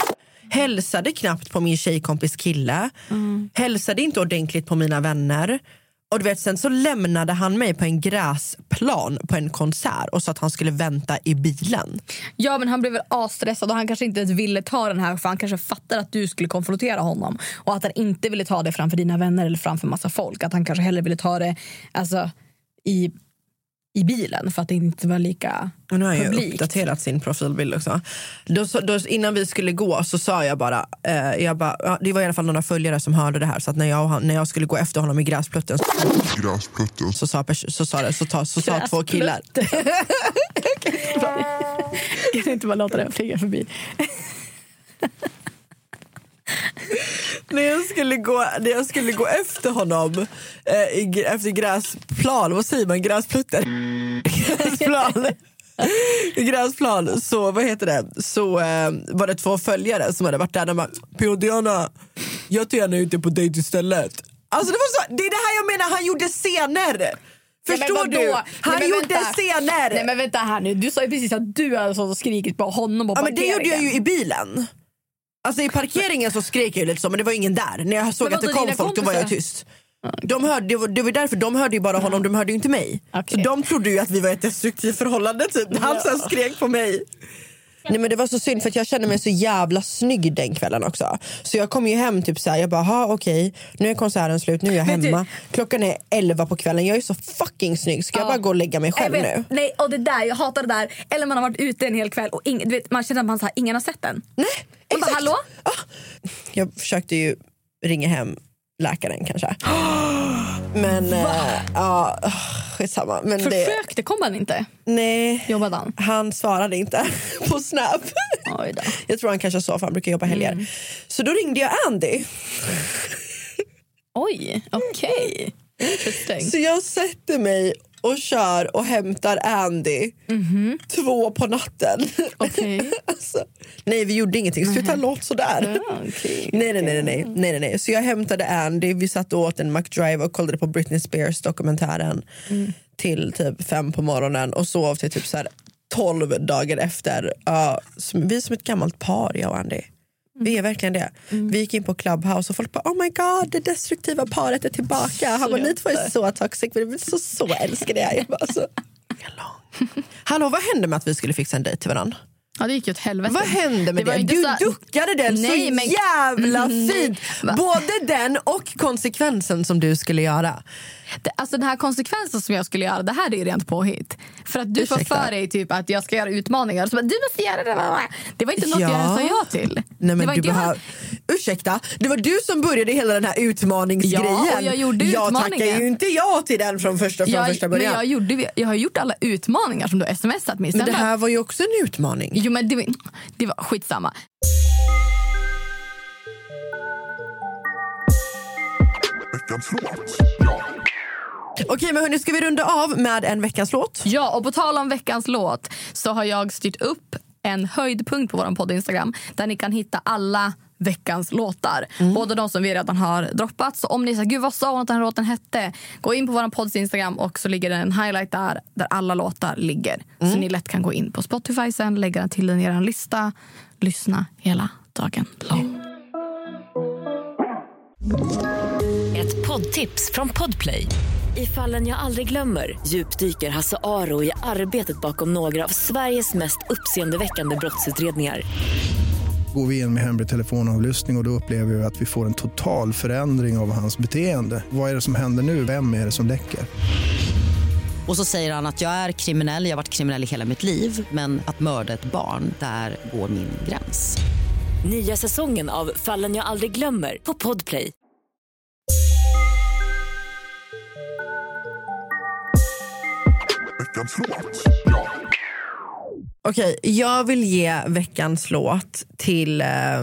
S3: Hälsade knappt på min tjejkompis kille. Hälsade inte ordentligt på mina vänner. Och du vet, sen så lämnade han mig på en gräsplan på en konsert och sa att han skulle vänta i bilen.
S4: Ja, men han blev väl asstressad och han kanske inte ville ta den här, för han kanske fattar att du skulle konfrontera honom och att han inte ville ta det framför dina vänner eller framför massa folk. Att han kanske hellre ville ta det alltså, i bilen för att det inte var lika
S3: och nu har jag
S4: publikt.
S3: Uppdaterat sin profilbild också. Då, innan vi skulle gå så sa jag bara, det var i alla fall några följare som hörde det här, så att när jag skulle gå efter honom i gräsplutten så sa 2 killar.
S4: Jag kan inte bara låta den flyga förbi.
S3: när jag skulle gå efter honom efter gräsplan, vad säger man, gräsplutter? Gräsplan, så vad heter det? Så var det 2 följare som hade varit där och bara, Diana, jag tränar ju inte på dejt istället. Alltså det är det här jag menar, han gjorde scener. Förstår du? Han gjorde scener.
S4: Nej men vänta här nu, du sa ju precis att du hade stått och skrikit på honom på
S3: men det gjorde jag ju i bilen. Alltså i parkeringen så skrek jag ju lite så, men det var ingen där. När jag såg att det kom folk, då var jag tyst. De hörde, det var därför de hörde ju bara honom, de hörde ju inte mig. Så de trodde ju att vi var ett destruktivt förhållande typ. Han så skrek på mig. Nej men det var så synd för att jag kände mig så jävla snygg den kvällen också. Så jag kom ju hem typ såhär, jag bara okej, nu är konserten slut, nu är jag hemma. Klockan är 11 på kvällen, jag är så fucking snygg. Ska jag bara gå och lägga mig själv nu?
S4: Nej, och det där, jag hatar det där. Eller man har varit ute en hel kväll och du vet, man känner att man så här, ingen har sett den.
S3: Nej,
S4: exakt. Bara, hallå?
S3: Jag försökte ju ringa hem läkaren kanske. Men skitsamma. Men
S4: försökte, kom han inte?
S3: Nej.
S4: Jobbade han?
S3: Han svarade inte på Snap.
S4: Oj då.
S3: Jag tror han kanske sa, för han brukar jobba helger. Så då ringde jag Andy.
S4: Oj, okej. Interesting.
S3: Så jag sätter mig och kör och hämtar Andy 2 på natten.
S4: Okay.
S3: Alltså, nej, vi gjorde ingenting. Så vi tar en låt sådär. Nej. Så jag hämtade Andy. Vi satt och åt en McDrive och kollade på Britney Spears dokumentären till typ 5 på morgonen och sov till typ så här 12 dagar efter. Vi är som ett gammalt par, jag och Andy. Vi är verkligen det. Vi gick in på Clubhouse och folk bara, oh my god, det destruktiva paret är tillbaka. Han bara, ni två är så toxic, men det är så älskar det. Jag bara, så. Hallå, vad hände med att vi skulle fixa en dejt till varandra?
S4: Ja, det gick ju åt helvete.
S3: Vad hände med det? Du duckade den så jävla fint. Både den och konsekvensen som du skulle göra.
S4: Alltså den här konsekvensen som jag skulle göra, det här är ju rent påhitt. För att du får för dig typ att jag ska göra utmaningar. Så bara, du måste göra det. Det var inte något jag sa ja till.
S3: Nej, men
S4: det var
S3: du ursäkta, det var du som började hela den här utmaningsgrejen.
S4: Ja, och jag gjorde utmaningen.
S3: tackar ju inte ja till den från första början.
S4: Men jag har gjort alla utmaningar som du har smsat mig.
S3: Men det här var ju också en utmaning.
S4: Jo, men det var skitsamma.
S3: Okej, men hörni, ska vi runda av med en veckans låt?
S4: Ja, och på tal om veckans låt så har jag styrt upp en höjdpunkt på vår podd Instagram där ni kan hitta alla veckans låtar. Både de som vi redan har droppat. Så om ni säger, gud vad sa hon att den här låten hette? Gå in på vår podds Instagram och så ligger det en highlight där alla låtar ligger. Så ni lätt kan gå in på Spotify sen, lägga den till er lista, lyssna hela dagen lång.
S1: Ett poddtips från Podplay. I Fallen jag aldrig glömmer djupdyker Hasse Aro i arbetet bakom några av Sveriges mest uppseendeväckande brottsutredningar.
S7: Går vi in med hemlig telefonavlyssning och då upplever vi att vi får en total förändring av hans beteende. Vad är det som händer nu? Vem är det som läcker?
S8: Och så säger han att jag är kriminell, jag har varit kriminell i hela mitt liv. Men att mörda ett barn, där går min gräns.
S1: Nya säsongen av Fallen jag aldrig glömmer på Podplay.
S3: Okej, jag vill ge veckans låt till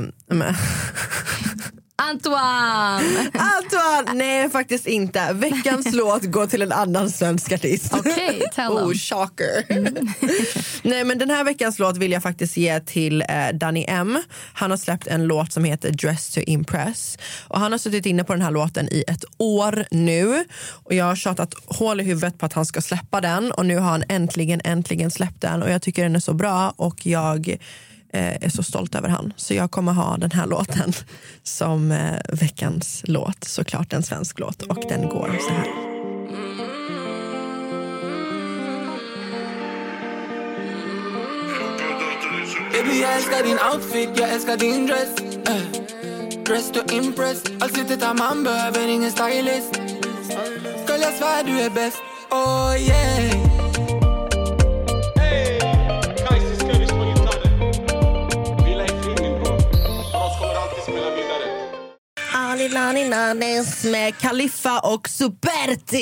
S4: Antoine!
S3: Nej, faktiskt inte. Veckans låt går till en annan svensk artist.
S4: Okej, tell them.
S3: Shocker. Nej, men den här veckans låt vill jag faktiskt ge till Danny M. Han har släppt en låt som heter Dress to Impress. Och han har suttit inne på den här låten i 1 år nu. Och jag har tjatat hål i huvudet på att han ska släppa den. Och nu har han äntligen släppt den. Och jag tycker den är så bra. Och jag är så stolt över han. Så jag kommer ha den här låten som veckans låt. Såklart en svensk låt. Och den går så här.
S2: Baby, jag älskar din outfit, jag älskar din dress. Dress to impress. Allt litet av man behöver ingen stylist. Ska jag svär du är bäst. Oh yeah.
S3: Med Khalifa och Superti.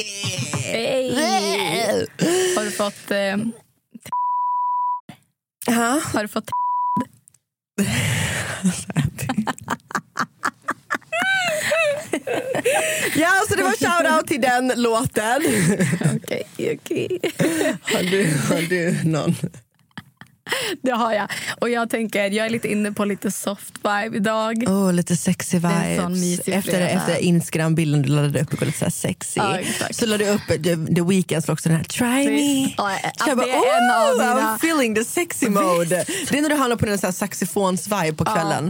S4: Hey. Har du fått Har du fått
S3: Ja, så det var shoutout till den låten.
S4: Okej.
S3: Har du någon?
S4: Det har jag. Och jag tänker, jag är lite inne på lite soft vibe idag.
S3: Lite sexy
S4: Det är en sån
S3: vibes.
S4: mysig
S3: Efter
S4: fredag.
S3: Instagram-bilden du laddade upp och lite så här sexy.
S4: Ja, exakt.
S3: Så laddade du upp The Weeknd också den här Try Me.
S4: Ja,
S3: Så jag
S4: det är en av mina...
S3: I'm feeling the sexy mode. Det är när du handlar på den så här saxofons-vibe på kvällen.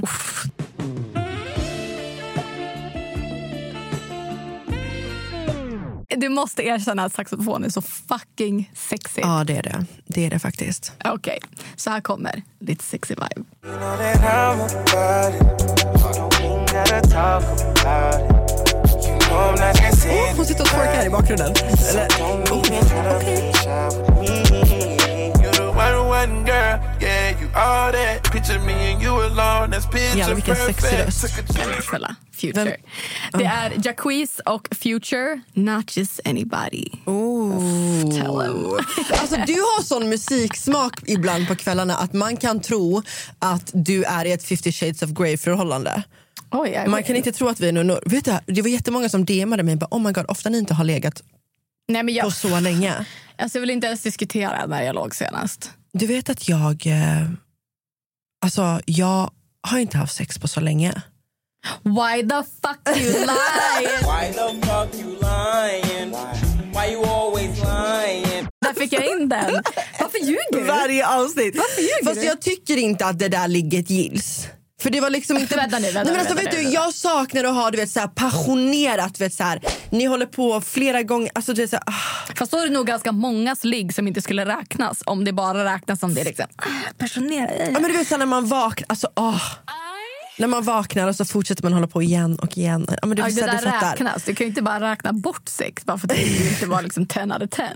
S4: Du måste erkänna att saxofon är så fucking sexy.
S3: Ja, det är det. Det är det faktiskt.
S4: Okej, så här kommer lite sexy vibe.
S3: Hon sitter och twerkar här i bakgrunden. Eller, jävlar vilken sexig röst.
S4: Snälla, Future. Det är Jacquees och Future, Not Just Anybody. Tell him.
S3: Alltså du har sån musiksmak ibland på kvällarna att man kan tro att du är i ett 50 Shades of Grey-förhållande. Man kan inte tro att vi är nu. Vet du, det var jättemånga som DMade mig bara, oh my god, ofta ni inte har legat på så länge.
S4: Alltså, jag vill inte ens diskutera när jag låg senast.
S3: Du vet att jag har inte haft sex på så länge.
S4: Why the fuck you lying?
S5: Why the fuck you lying? Why you always lying?
S4: Där fick jag in den. Varför ljuger du?
S3: Varje avsnitt.
S4: Varför ljuger
S3: Fast
S4: du?
S3: jag tycker inte att det där ligger gills. För det var liksom inte...
S4: Vänta nu.
S3: Vet du, jag saknar att ha, du vet, så här passionerat, vet, så här, ni håller på flera gånger, alltså det är så här,
S4: Fast då är det nog ganska mångas ligg som inte skulle räknas om det bara räknas som det liksom passionerat.
S3: Ja, men du vet så här, när man vaknar, alltså när man vaknar och så fortsätter man hålla på igen och igen. Ja, men
S4: Det
S3: så här,
S4: där
S3: du fattar.
S4: räknas. Du kan ju inte bara räkna bort sex bara för att det inte var liksom 10 out of 10.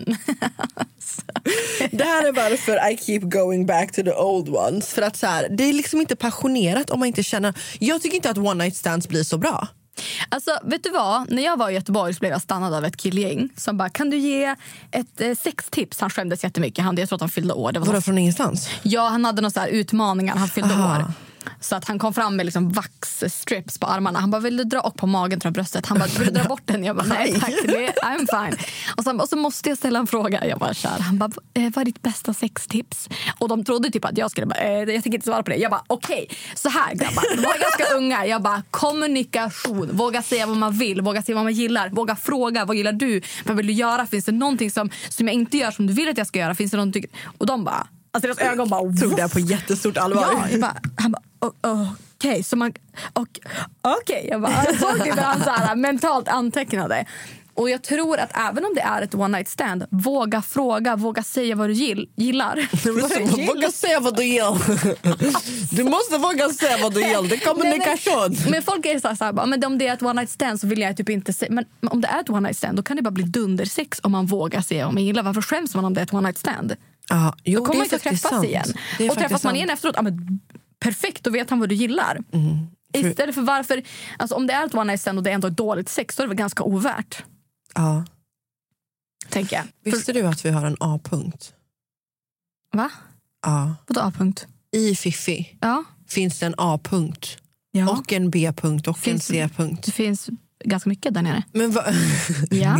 S3: Det här är varför I keep going back to the old ones. För att så här, det är liksom inte passionerat om man inte känner. Jag tycker inte att one night stands blir så bra.
S4: Alltså, vet du vad? När jag var i Göteborg så blev jag stannad av ett killgäng som bara, kan du ge ett sextips? Han skämdes jättemycket. Jag tror att han fyllde år. Det var
S3: Vadå, från ingenstans?
S4: Ja, han hade några så här utmaningar. Han fyllde år. Så att han kom fram med liksom vaxstrips på armarna. Han bara, vill du dra upp på magen, tror bröstet? Han bara, vill du dra bort den? Jag bara, nej tack, I'm fine. Och så måste jag ställa en fråga. Jag bara, kär. Han bara, vad är ditt bästa sextips? Och de trodde typ att jag skulle bara, jag tänker inte svara på det. Jag bara, okej, så här grabbar. Det var ganska unga. Jag bara, kommunikation. Våga säga vad man vill. Våga säga vad man gillar. Våga fråga, vad gillar du? Vad vill du göra? Finns det någonting som jag inte gör som du vill att jag ska göra? Finns det någonting? Och de bara, alltså deras ögon bara,
S3: tog det på jättestort allvar.
S4: Ja, han bara, okej, så man... Okej, jag bara, såg det han så här mentalt antecknade. Och jag tror att även om det är ett one night stand, våga fråga, våga säga vad du gillar.
S3: Våga säga vad du gillar. Du måste våga säga vad du gillar. Det är kommunikation.
S4: Men folk är så här, men om det är ett one night stand så vill jag typ inte säga. Men om det är ett one night stand, då kan det bara bli dundersex om man vågar säga om man gillar. Varför skäms man om det är ett one night stand?
S3: Ja, jo,
S4: då kommer
S3: det är
S4: man inte
S3: faktiskt
S4: träffas
S3: sant.
S4: igen.
S3: Och
S4: träffas man igen efteråt, men perfekt, då vet han vad du gillar. Istället för varför, alltså om det är ett one night stand och det är ändå ett dåligt sex, då är det väl ganska ovärt.
S3: Ja.
S4: Tänker jag.
S3: Visste du att vi har en A-punkt?
S4: Va?
S3: Ja.
S4: Vadå A-punkt?
S3: I Fiffi finns det en A-punkt.
S4: Ja.
S3: Och en B-punkt och en C-punkt.
S4: Det finns ganska mycket där nere.
S3: Men
S4: Ja.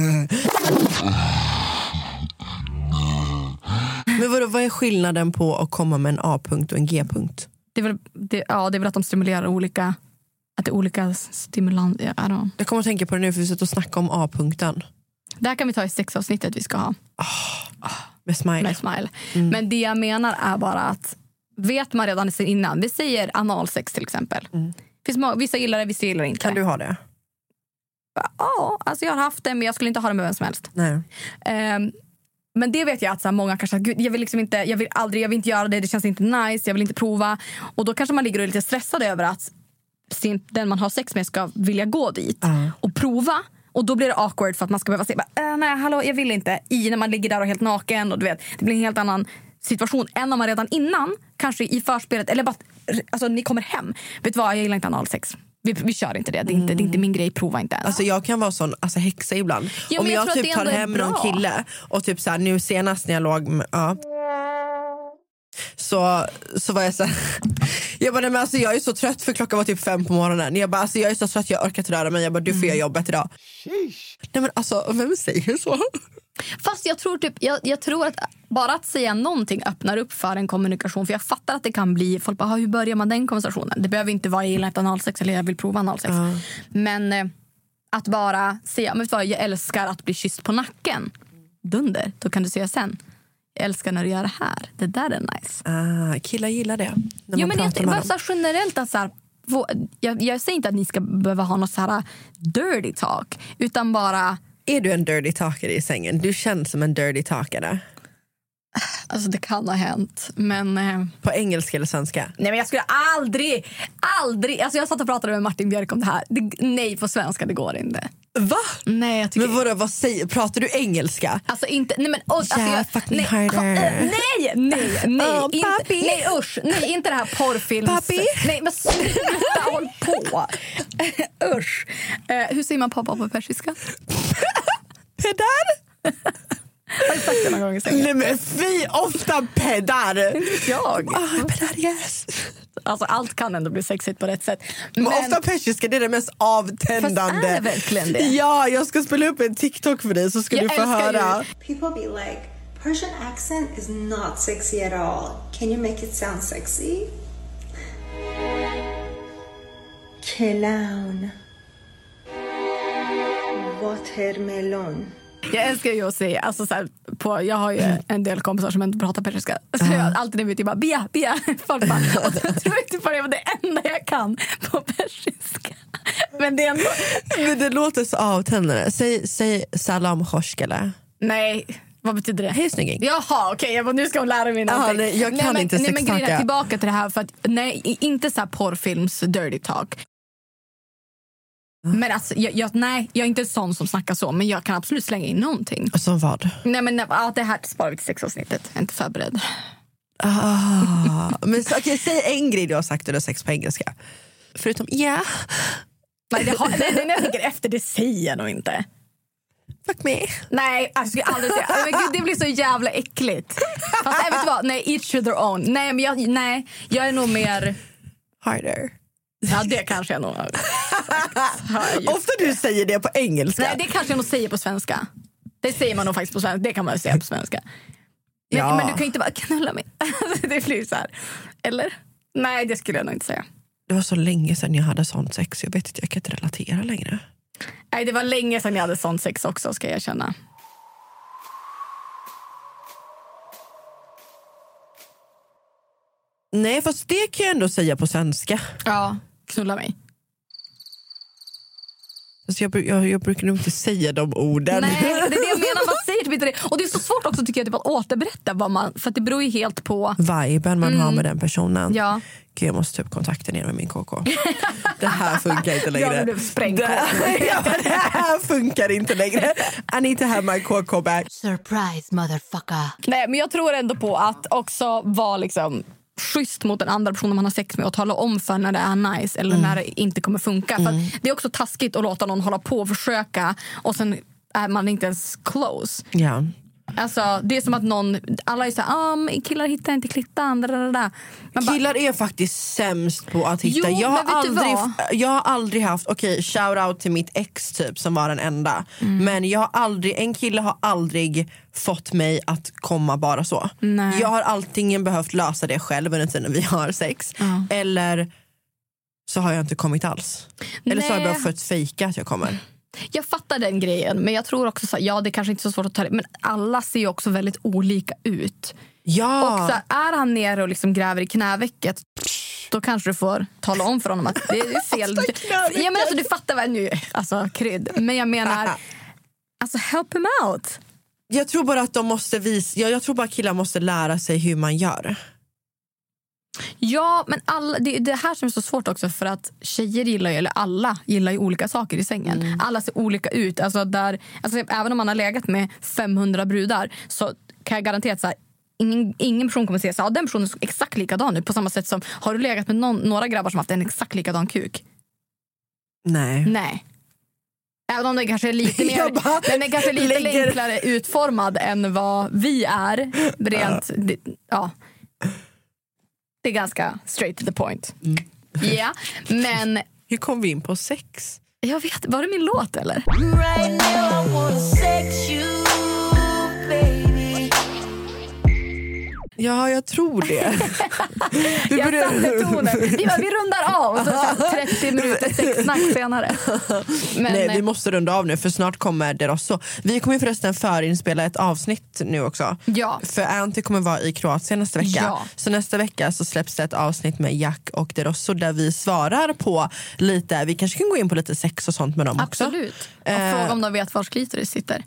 S3: Men vad är skillnaden på att komma med en A-punkt och en G-punkt?
S4: Det är väl att de stimulerar olika, att det är olika stimulans.
S3: Jag kommer att tänka på det nu för vi sitter och snackar om A-punkten.
S4: Det här kan vi ta i sexavsnittet vi ska ha.
S3: Med smile.
S4: Med smile. Men det jag menar är bara att vet man redan innan, vi säger analsex till exempel. Finns vissa gillar det, vissa gillar inte.
S3: Kan du ha det?
S4: Ja, alltså jag har haft det, men jag skulle inte ha det med vem som helst.
S3: Nej.
S4: Men det vet jag att så här, många kanske, gud, jag vill inte göra det känns inte nice, jag vill inte prova. Och då kanske man ligger och är lite stressad över att den man har sex med ska vilja gå dit och prova. Och då blir det awkward för att man ska behöva säga nej, hallå, jag vill inte. När man ligger där och är helt naken och du vet, det blir en helt annan situation än om man redan innan, kanske i förspelet, eller bara, alltså ni kommer hem. Vet du vad, jag gillar inte analsex. Vi kör inte det. Det är inte min grej, prova inte ens.
S3: Alltså jag kan vara sån häxa ibland.
S4: Ja,
S3: om jag typ tar hem
S4: någon
S3: kille och typ så här, nu senast när jag låg med, så var jag så här, Jag bara, nej, men alltså, jag är så trött för klockan var typ 5 på morgonen. Jag bara, alltså, jag är så trött, jag orkar inte röra mig. Jag bara, du får göra jobbet idag. Nej men alltså, vem säger så?
S4: Fast jag tror jag tror att bara att säga någonting öppnar upp för en kommunikation. För jag fattar att det kan bli, folk bara, hur börjar man den konversationen? Det behöver inte vara jag gillar inte analsex eller jag vill prova analsex. Men att bara säga, men vet du vad, jag älskar att bli kysst på nacken. Dunder, då kan du säga sen. Jag älskar när du gör det här. Det där är nice.
S3: Killar gillar det.
S4: Jo, men det var så generellt att så här, jag säger inte att ni ska behöva ha något så här dirty talk, utan bara...
S3: Är du en dirty talkare i sängen? Du känns som en dirty talkare.
S4: Alltså det kan ha hänt, men...
S3: På engelska eller svenska?
S4: Nej, men jag skulle aldrig... Alltså jag satt och pratade med Martin Björk om det här. Nej, på svenska, det går inte.
S3: Va?
S4: Nej, jag tycker...
S3: Men vad säger... Pratar du engelska?
S4: Alltså inte... Nej, men...
S3: fucking harder.
S4: Nej,
S3: oh,
S4: inte, nej, usch. Nej, inte det här porrfilms...
S3: Papi?
S4: Nej, men sluta, håll på. Usch. Hur säger man pappa på persiska?
S3: Pedar?
S4: Har du sagt det någon gång i sängen?
S3: Nej men fy, ofta pedar.
S4: Jag?
S3: Pedar, yes.
S4: Alltså allt kan ändå bli sexigt på rätt sätt.
S3: Men ofta persiska, det är det mest avtändande.
S4: Fast är det verkligen det?
S3: Ja, jag ska spela upp en TikTok för dig så ska du få höra.
S10: People be like, Persian accent is not sexy at all. Can you make it sound sexy? Clown. Watermelon.
S4: Jag älskar ju att se, alltså så här, jag har ju en del kompisar som inte pratar persiska. Så jag alltid när vi typ bara, bia. Folk bara, och jag tror inte på det var det enda jag kan på persiska. Men det är ändå...
S3: Men det låter så avtändande. Säg salam khoshk eller?
S4: Nej, vad betyder det?
S3: Hej snygging.
S4: Jaha, okej, nu ska hon lära mig någonting.
S3: Nej, jag kan inte
S4: sextacka. Nej, men grejen är tillbaka till det här för att, nej, inte så här porrfilms dirty talk. Men alltså, jag är inte sån som snackar så, men jag kan absolut slänga in någonting.
S3: Som vad?
S4: Nej, men det här sparar vi till sexavsnittet. Jag är inte förberedd.
S3: Men okej, säg en grej du har sagt eller sex på engelska. Förutom ja.
S4: Nej, när jag tänker efter, det säger jag nog inte.
S3: Fuck me.
S4: Nej, jag skulle aldrig säga. Men gud, det blir så jävla äckligt. Fast vet du vad? Nej, each to their own. Nej, men jag är nog mer...
S3: Harder.
S4: Ja, det kanske jag nog...
S3: Ofta du säger det på engelska.
S4: Nej, det kanske jag nog säger på svenska. Det säger man nog faktiskt på svenska. Det kan man ju säga på svenska. Men du kan inte bara knulla mig. Det blir så här. Eller? Nej, det skulle jag nog inte säga.
S3: Det var så länge sedan jag hade sånt sex. Jag vet inte, jag kan inte relatera längre.
S4: Nej, det var länge sedan jag hade sånt sex också, ska jag känna.
S3: Nej, fast det kan jag ändå säga på svenska.
S4: Ja, knulla mig.
S3: Alltså jag brukar nog inte säga de orden.
S4: Nej, det är det jag menar, man säger typ inte det. Och det är så svårt också tycker jag typ, att återberätta vad man, för att det beror ju helt på
S3: viben man har med den personen.
S4: Ja.
S3: Gud, jag måste typ kontakta ner med min KK. Det här funkar inte längre.
S4: Jag blev sprängd.
S3: Det här funkar inte längre. I need to have my KK back.
S1: Surprise, motherfucker.
S4: Nej, men jag tror ändå på att också vara liksom schysst mot den andra personen man har sex med och tala om för när det är nice eller när det inte kommer funka. För att det är också taskigt att låta någon hålla på och försöka och sen är man inte ens close.
S3: Ja.
S4: Alltså, det är som att alla är så här, killar hittar inte klittan.
S3: Killar är faktiskt sämst på att hitta.
S4: Jo,
S3: jag har aldrig haft, shout out till mitt ex typ som var den enda. Men en kille har aldrig fått mig att komma bara så.
S4: Nej.
S3: Jag har alltid behövt lösa det själv under tiden vi har sex. Eller så har jag inte kommit alls. Eller så har jag bara fått fejka att jag kommer.
S4: Jag fattar den grejen, men jag tror också så, det kanske inte är så svårt att ta det, men alla ser ju också väldigt olika ut.
S3: Ja.
S4: Och så är han nere och liksom gräver i knävecket, då kanske du får tala om för honom att det är fel. Ja, men alltså, du fattar väl nu, alltså krydd. Men jag menar, alltså help him out.
S3: Jag tror bara att de måste jag tror bara killar måste lära sig hur man gör.
S4: Ja, men det här som är så svårt också, för att tjejer gillar ju, eller alla gillar ju olika saker i sängen. Alla ser olika ut. Alltså även om man har legat med 500 brudar så kan jag garantera att så här, ingen person kommer säga så här, den personen är exakt likadan ut. På samma sätt som, har du legat med några grabbar som haft en exakt likadan kuk? Nej. Även om den kanske är lite mer den är kanske lite enklare utformad än vad vi är. Rent, det är ganska straight to the point. Ja, men...
S3: Hur kom vi in på sex?
S4: Jag vet, var det min låt eller?
S5: Right now I wanna sex you, baby.
S3: Ja, jag tror det.
S4: Jag satte tonen. Vi rundar av och så 30 minuter sexsnack senare. Men,
S3: nej, vi måste runda av nu för snart kommer det också. Vi kommer förresten förinspela ett avsnitt nu också.
S4: Ja.
S3: För Anty kommer vara i Kroatien nästa vecka.
S4: Ja.
S3: Så nästa vecka så släpps det ett avsnitt med Jack och De Rosso där vi svarar på lite, vi kanske kan gå in på lite sex och sånt med dem också.
S4: Absolut. Och fråga om de vet var klitoris sitter.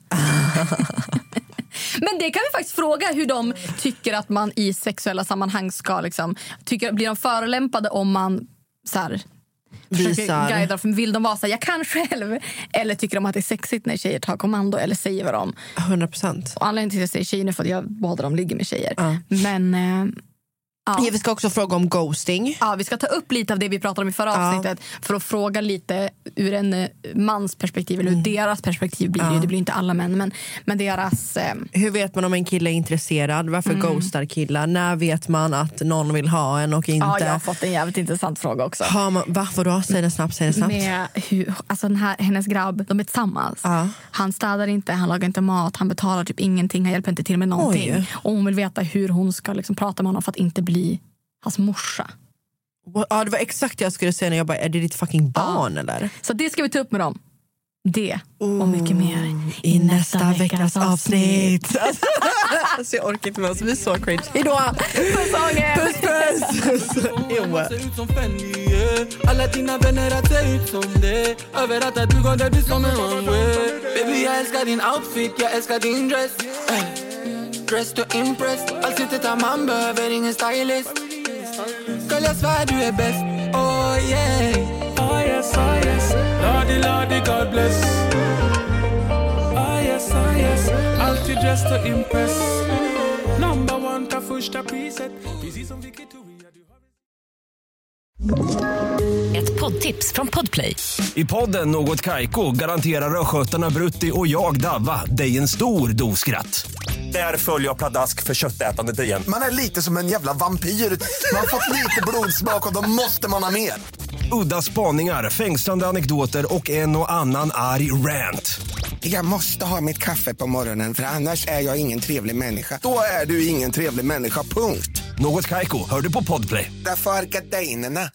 S4: Men det kan vi faktiskt fråga hur de tycker att man i sexuella sammanhang ska liksom, blir de förolämpade om man så här, guidar, vill de vara så här, jag kan själv, eller tycker de att det är sexigt när tjejer tar kommando eller säger vad de
S3: 100%.
S4: Och anledningen till att jag säger tjejer nu för att jag båda de ligger med tjejer. Men
S3: ja, vi ska också fråga om ghosting.
S4: Ja, vi ska ta upp lite av det vi pratade om i förra avsnittet för att fråga lite ur en mans perspektiv eller ur deras perspektiv blir det blir inte alla män men deras
S3: hur vet man om en kille är intresserad? Varför ghostar killar? När vet man att någon vill ha en och inte?
S4: Ja, jag har fått en jävligt intressant fråga också.
S3: Vadå? Säg det snabbt.
S4: Med hur, alltså hennes grabb, de är tillsammans. Han städar inte, han lagar inte mat, han betalar typ ingenting, han hjälper inte till med någonting. Oj. Och hon vill veta hur hon ska liksom prata med honom för att inte bli hans morsa.
S3: Ja, det var exakt det jag skulle säga när jag bara, är det ditt fucking barn eller?
S4: Så det ska vi ta upp med dem. Det och mycket mer
S3: i nästa veckas avsnitt. Alltså jag orkar inte med oss, vi är så cringe. Hejdå! Puss, puss!
S11: Alla dina vänner att se ut som det. Överallt att du går där du som en one-way. Baby, jag älskar din outfit, jag älskar din dress. Dress to impress. Allt sitter där man behöver ingen stylist. Girl, jag svär du är bäst. Oh yeah. Oh yes, oh yes. Lordy, lordy, God bless. Oh yes, alltid dress to impress. Number one, ta första priset. Precis som vilket
S1: Ett poddtips från Podplay.
S12: I podden Något Kaiko garanterar röskötarna Brutti och jag Davva dig en stor doskratt. Där följer jag pladask för köttätandet igen.
S6: Man är lite som en jävla vampyr. Man har fått lite blodsmak och då måste man ha mer.
S12: Udda spaningar, fängslande anekdoter och en och annan arg rant.
S6: Jag måste ha mitt kaffe på morgonen för annars är jag ingen trevlig människa. Då är du ingen trevlig människa, punkt.
S12: Något Kaiko, hör du på Podplay.
S6: Därför är gardinerna.